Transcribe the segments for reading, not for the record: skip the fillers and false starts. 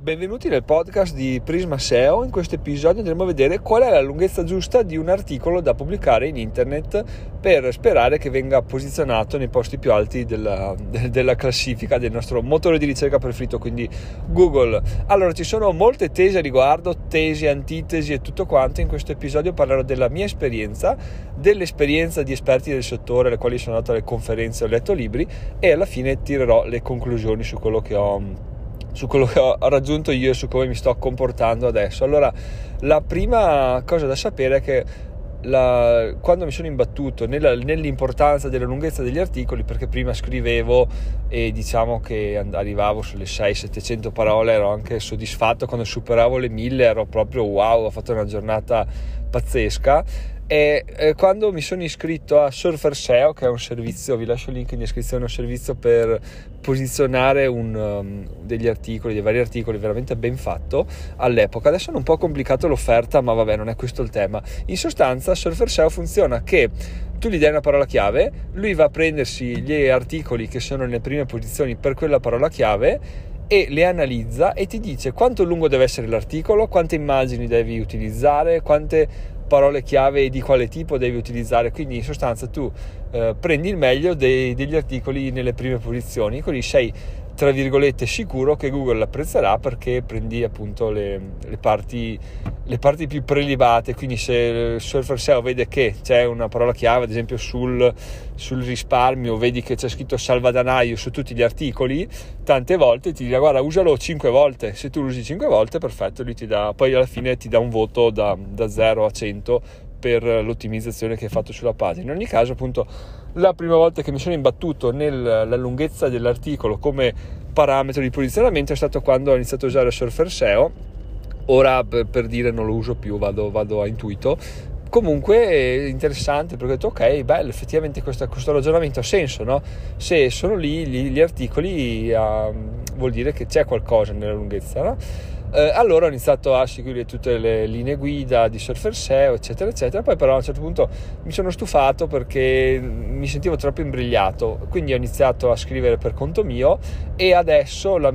Benvenuti nel podcast di Prisma SEO. In questo episodio andremo a vedere qual è la lunghezza giusta di un articolo da pubblicare in internet per sperare che venga posizionato nei posti più alti della classifica del nostro motore di ricerca preferito, quindi Google. Allora, ci sono molte tesi a riguardo, tesi, antitesi e tutto quanto. In questo episodio parlerò della mia esperienza, dell'esperienza di esperti del settore, alle quali sono andato alle conferenze, ho letto libri e alla fine tirerò le conclusioni su quello che ho raggiunto io e su come mi sto comportando adesso. Allora, la prima cosa da sapere è che quando mi sono imbattuto nell'importanza della lunghezza degli articoli, perché prima scrivevo e diciamo che arrivavo sulle 600-700 parole, ero anche soddisfatto. Quando superavo le 1000 ero proprio wow, ho fatto una giornata pazzesca. E quando mi sono iscritto a Surfer SEO, che è un servizio, vi lascio il link in descrizione, un servizio per posizionare degli articoli, dei vari articoli, veramente ben fatto all'epoca. Adesso è un po' complicato l'offerta, ma vabbè, non è questo il tema. In sostanza Surfer SEO funziona che tu gli dai una parola chiave, lui va a prendersi gli articoli che sono nelle prime posizioni per quella parola chiave e le analizza e ti dice quanto lungo deve essere l'articolo, quante immagini devi utilizzare, quante parole chiave e di quale tipo devi utilizzare. Quindi in sostanza tu prendi il meglio degli articoli nelle prime posizioni, così sei tra virgolette sicuro che Google l'apprezzerà, perché prendi appunto le parti più prelibate. Quindi se Surfer SEO vede che c'è una parola chiave, ad esempio sul risparmio, vedi che c'è scritto salvadanaio su tutti gli articoli, tante volte ti dirà guarda, usalo 5 volte. Se tu lo usi 5 volte, perfetto, lui poi alla fine ti dà un voto da 0 a 100 per l'ottimizzazione che hai fatto sulla pagina. In ogni caso, appunto, la prima volta che mi sono imbattuto nella lunghezza dell'articolo come parametro di posizionamento è stato quando ho iniziato a usare Surfer SEO. Ora per dire non lo uso più, vado a intuito. Comunque è interessante, perché ho detto ok, bello, effettivamente questo ragionamento ha senso, no? Se sono lì gli articoli, vuol dire che c'è qualcosa nella lunghezza, no? Allora ho iniziato a seguire tutte le linee guida di Surfer SEO, eccetera eccetera. Poi però a un certo punto mi sono stufato perché mi sentivo troppo imbrigliato, quindi ho iniziato a scrivere per conto mio e adesso la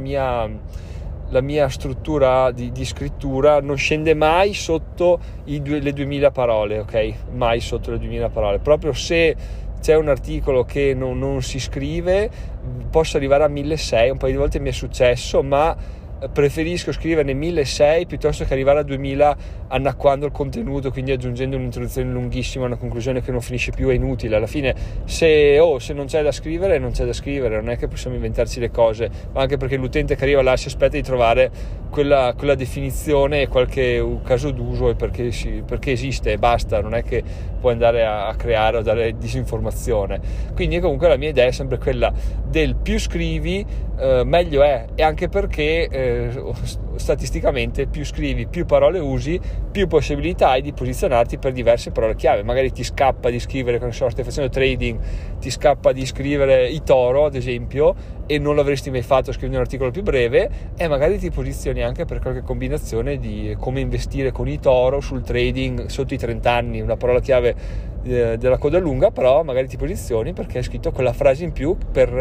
mia struttura di scrittura non scende mai sotto le 2000 parole, ok? Mai sotto le 2000 parole. Proprio se c'è un articolo che non si scrive, posso arrivare a 1600, un paio di volte mi è successo, ma preferisco scriverne 1600 piuttosto che arrivare a 2000 annacquando il contenuto, quindi aggiungendo un'introduzione lunghissima, una conclusione che non finisce più, è inutile. Alla fine se non c'è da scrivere, non c'è da scrivere, non è che possiamo inventarci le cose, ma anche perché l'utente che arriva là si aspetta di trovare quella definizione e qualche caso d'uso, e perché esiste e basta, non è che puoi andare a creare o dare disinformazione. Quindi comunque la mia idea è sempre quella del più scrivi meglio è, e anche perché statisticamente più scrivi, più parole usi, più possibilità hai di posizionarti per diverse parole chiave. Magari ti scappa di scrivere, che stai facendo trading, ti scappa di scrivere eToro ad esempio e non l'avresti mai fatto scrivendo un articolo più breve, e magari ti posizioni anche per qualche combinazione di come investire con eToro sul trading sotto i 30 anni, una parola chiave della coda lunga, però magari ti posizioni perché hai scritto quella frase in più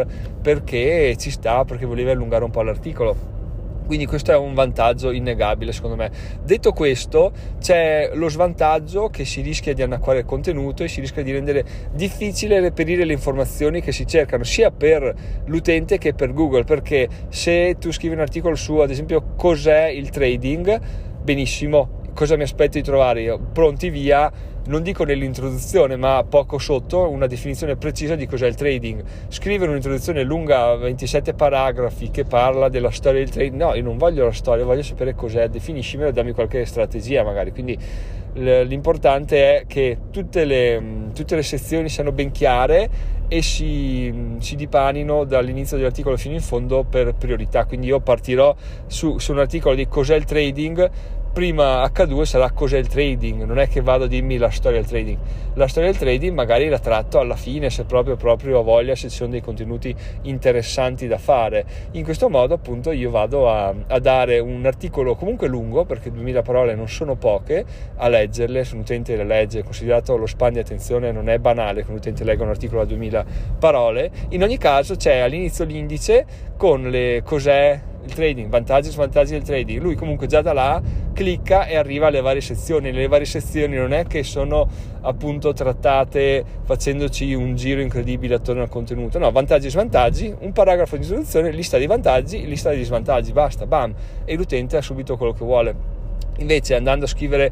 perché ci sta, perché volevi allungare un po' l'articolo. Quindi questo è un vantaggio innegabile secondo me. Detto questo, c'è lo svantaggio che si rischia di annacquare il contenuto e si rischia di rendere difficile reperire le informazioni che si cercano, sia per l'utente che per Google, perché se tu scrivi un articolo su, ad esempio, cos'è il trading, benissimo, cosa mi aspetto di trovare io? Pronti via, non dico nell'introduzione, ma poco sotto, una definizione precisa di cos'è il trading. Scrivere un'introduzione lunga, 27 paragrafi, che parla della storia del trading, no, io non voglio la storia, voglio sapere cos'è, definiscimelo, dammi qualche strategia magari. Quindi l'importante è che tutte le sezioni siano ben chiare e si dipanino dall'inizio dell'articolo fino in fondo per priorità. Quindi io partirò su un articolo di cos'è il trading, prima H2 sarà cos'è il trading, non è che vado a dirmi la storia del trading. La storia del trading magari la tratto alla fine, se proprio ho voglia, se ci sono dei contenuti interessanti da fare. In questo modo appunto io vado a dare un articolo comunque lungo, perché 2000 parole non sono poche a leggerle. Se un utente le legge, considerato lo span di attenzione, non è banale che un utente legga un articolo a 2000 parole. In ogni caso c'è all'inizio l'indice con le cos'è il trading, vantaggi e svantaggi del trading. Lui comunque già da là clicca e arriva alle varie sezioni. Le varie sezioni non è che sono appunto trattate facendoci un giro incredibile attorno al contenuto, no, vantaggi e svantaggi, un paragrafo di introduzione, lista di vantaggi, lista di svantaggi, basta, bam, e l'utente ha subito quello che vuole. Invece andando a scrivere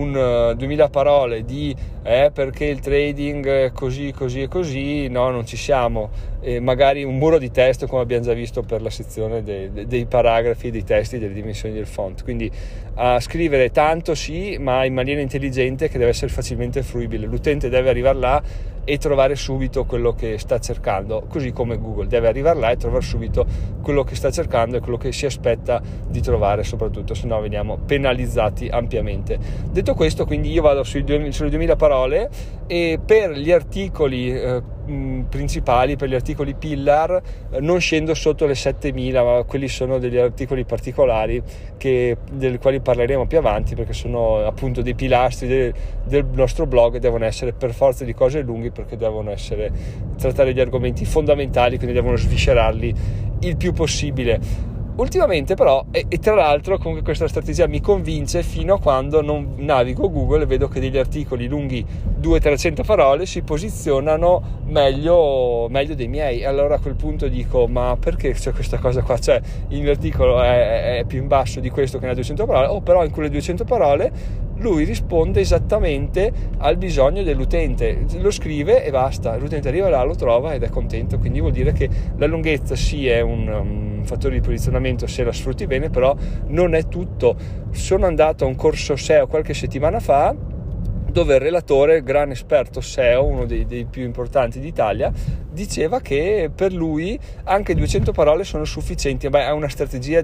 un 2000 parole di perché il trading è così e così, no, non ci siamo, magari un muro di testo come abbiamo già visto per la sezione dei paragrafi, dei testi, delle dimensioni del font. Quindi a scrivere tanto sì, ma in maniera intelligente, che deve essere facilmente fruibile. L'utente deve arrivare là e trovare subito quello che sta cercando, così come Google deve arrivare là e trovare subito quello che sta cercando e quello che si aspetta di trovare, soprattutto, se no veniamo penalizzati ampiamente. Detto questo, quindi io vado sulle 2000 parole, e per gli articoli principali, per gli articoli pillar, non scendo sotto le 7000, ma quelli sono degli articoli particolari dei quali parleremo più avanti, perché sono appunto dei pilastri del nostro blog, devono essere per forza di cose lunghi, perché devono trattare gli argomenti fondamentali, quindi devono sviscerarli il più possibile. Ultimamente però, e tra l'altro comunque questa strategia mi convince fino a quando non navigo Google e vedo che degli articoli lunghi 200-300 parole si posizionano meglio dei miei. Allora a quel punto dico, ma perché c'è questa cosa qua? Cioè il mio articolo è più in basso di questo che ne ha 200 parole, però in quelle 200 parole lui risponde esattamente al bisogno dell'utente, lo scrive e basta, l'utente arriva là, lo trova ed è contento. Quindi vuol dire che la lunghezza sì è un fattore di posizionamento se la sfrutti bene, però non è tutto. Sono andato a un corso SEO qualche settimana fa, dove il relatore, gran esperto SEO, uno dei più importanti d'Italia, diceva che per lui anche 200 parole sono sufficienti. È una strategia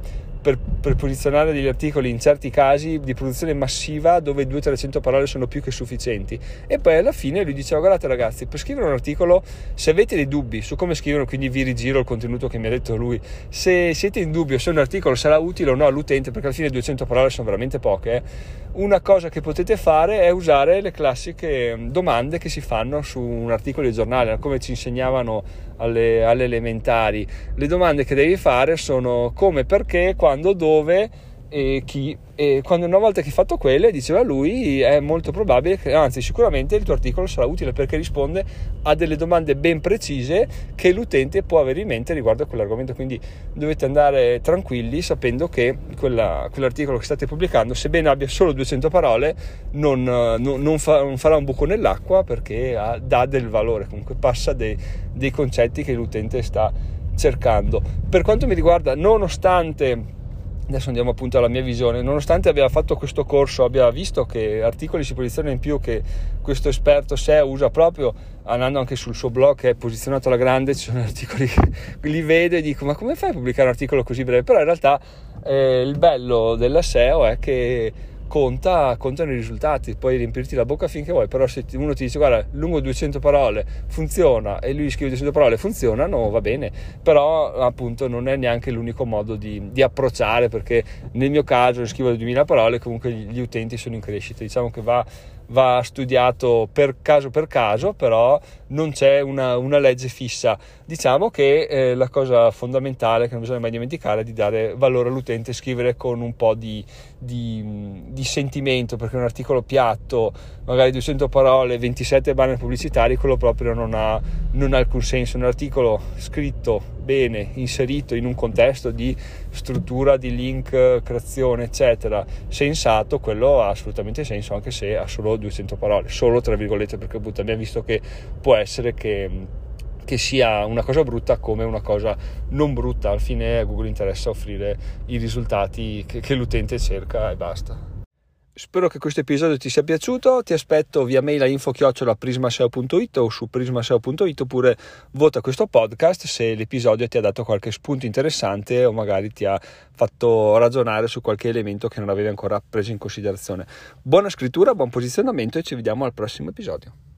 per posizionare degli articoli in certi casi di produzione massiva, dove 200-300 parole sono più che sufficienti. E poi alla fine lui diceva, guardate ragazzi, per scrivere un articolo, se avete dei dubbi su come scriverlo, quindi vi rigiro il contenuto che mi ha detto lui, se siete in dubbio se un articolo sarà utile o no all'utente, perché alla fine 200 parole sono veramente poche, una cosa che potete fare è usare le classiche domande che si fanno su un articolo di giornale, come ci insegnavano alle elementari. Le domande che devi fare sono come, perché, quando, dove e chi. E quando una volta che hai fatto quelle, diceva lui, è molto probabile che, anzi sicuramente, il tuo articolo sarà utile, perché risponde a delle domande ben precise che l'utente può avere in mente riguardo a quell'argomento. Quindi dovete andare tranquilli sapendo che quell'articolo che state pubblicando, sebbene abbia solo 200 parole, non farà un buco nell'acqua, perché dà del valore, comunque passa dei concetti che l'utente sta cercando. Per quanto mi riguarda, nonostante, adesso andiamo appunto alla mia visione, nonostante abbia fatto questo corso, abbia visto che articoli si posizionano in più, che questo esperto SEO usa proprio, andando anche sul suo blog che è posizionato alla grande, ci sono articoli che li vedo e dico, ma come fai a pubblicare un articolo così breve? Però in realtà il bello della SEO è che contano i risultati, puoi riempirti la bocca finché vuoi, però se uno ti dice, guarda, lungo 200 parole funziona, e lui scrive 200 parole funzionano, va bene, però appunto non è neanche l'unico modo di approcciare, perché nel mio caso scrivo 2000 parole, comunque gli utenti sono in crescita. Diciamo che va studiato per caso, però non c'è una legge fissa. Diciamo che la cosa fondamentale che non bisogna mai dimenticare è di dare valore all'utente, scrivere con un po' di sentimento, perché un articolo piatto, magari 200 parole, 27 banner pubblicitari, quello proprio non ha alcun senso. Un articolo scritto bene, inserito in un contesto di struttura, di link, creazione, eccetera, sensato, quello ha assolutamente senso, anche se ha solo 200 parole, solo tra virgolette, perché abbiamo visto che può essere che sia una cosa brutta come una cosa non brutta. Alla fine a Google interessa offrire i risultati che l'utente cerca e basta. Spero che questo episodio ti sia piaciuto, ti aspetto via mail a info@prismaseo.it o su prismaseo.it, oppure vota questo podcast se l'episodio ti ha dato qualche spunto interessante o magari ti ha fatto ragionare su qualche elemento che non avevi ancora preso in considerazione. Buona scrittura, buon posizionamento e ci vediamo al prossimo episodio.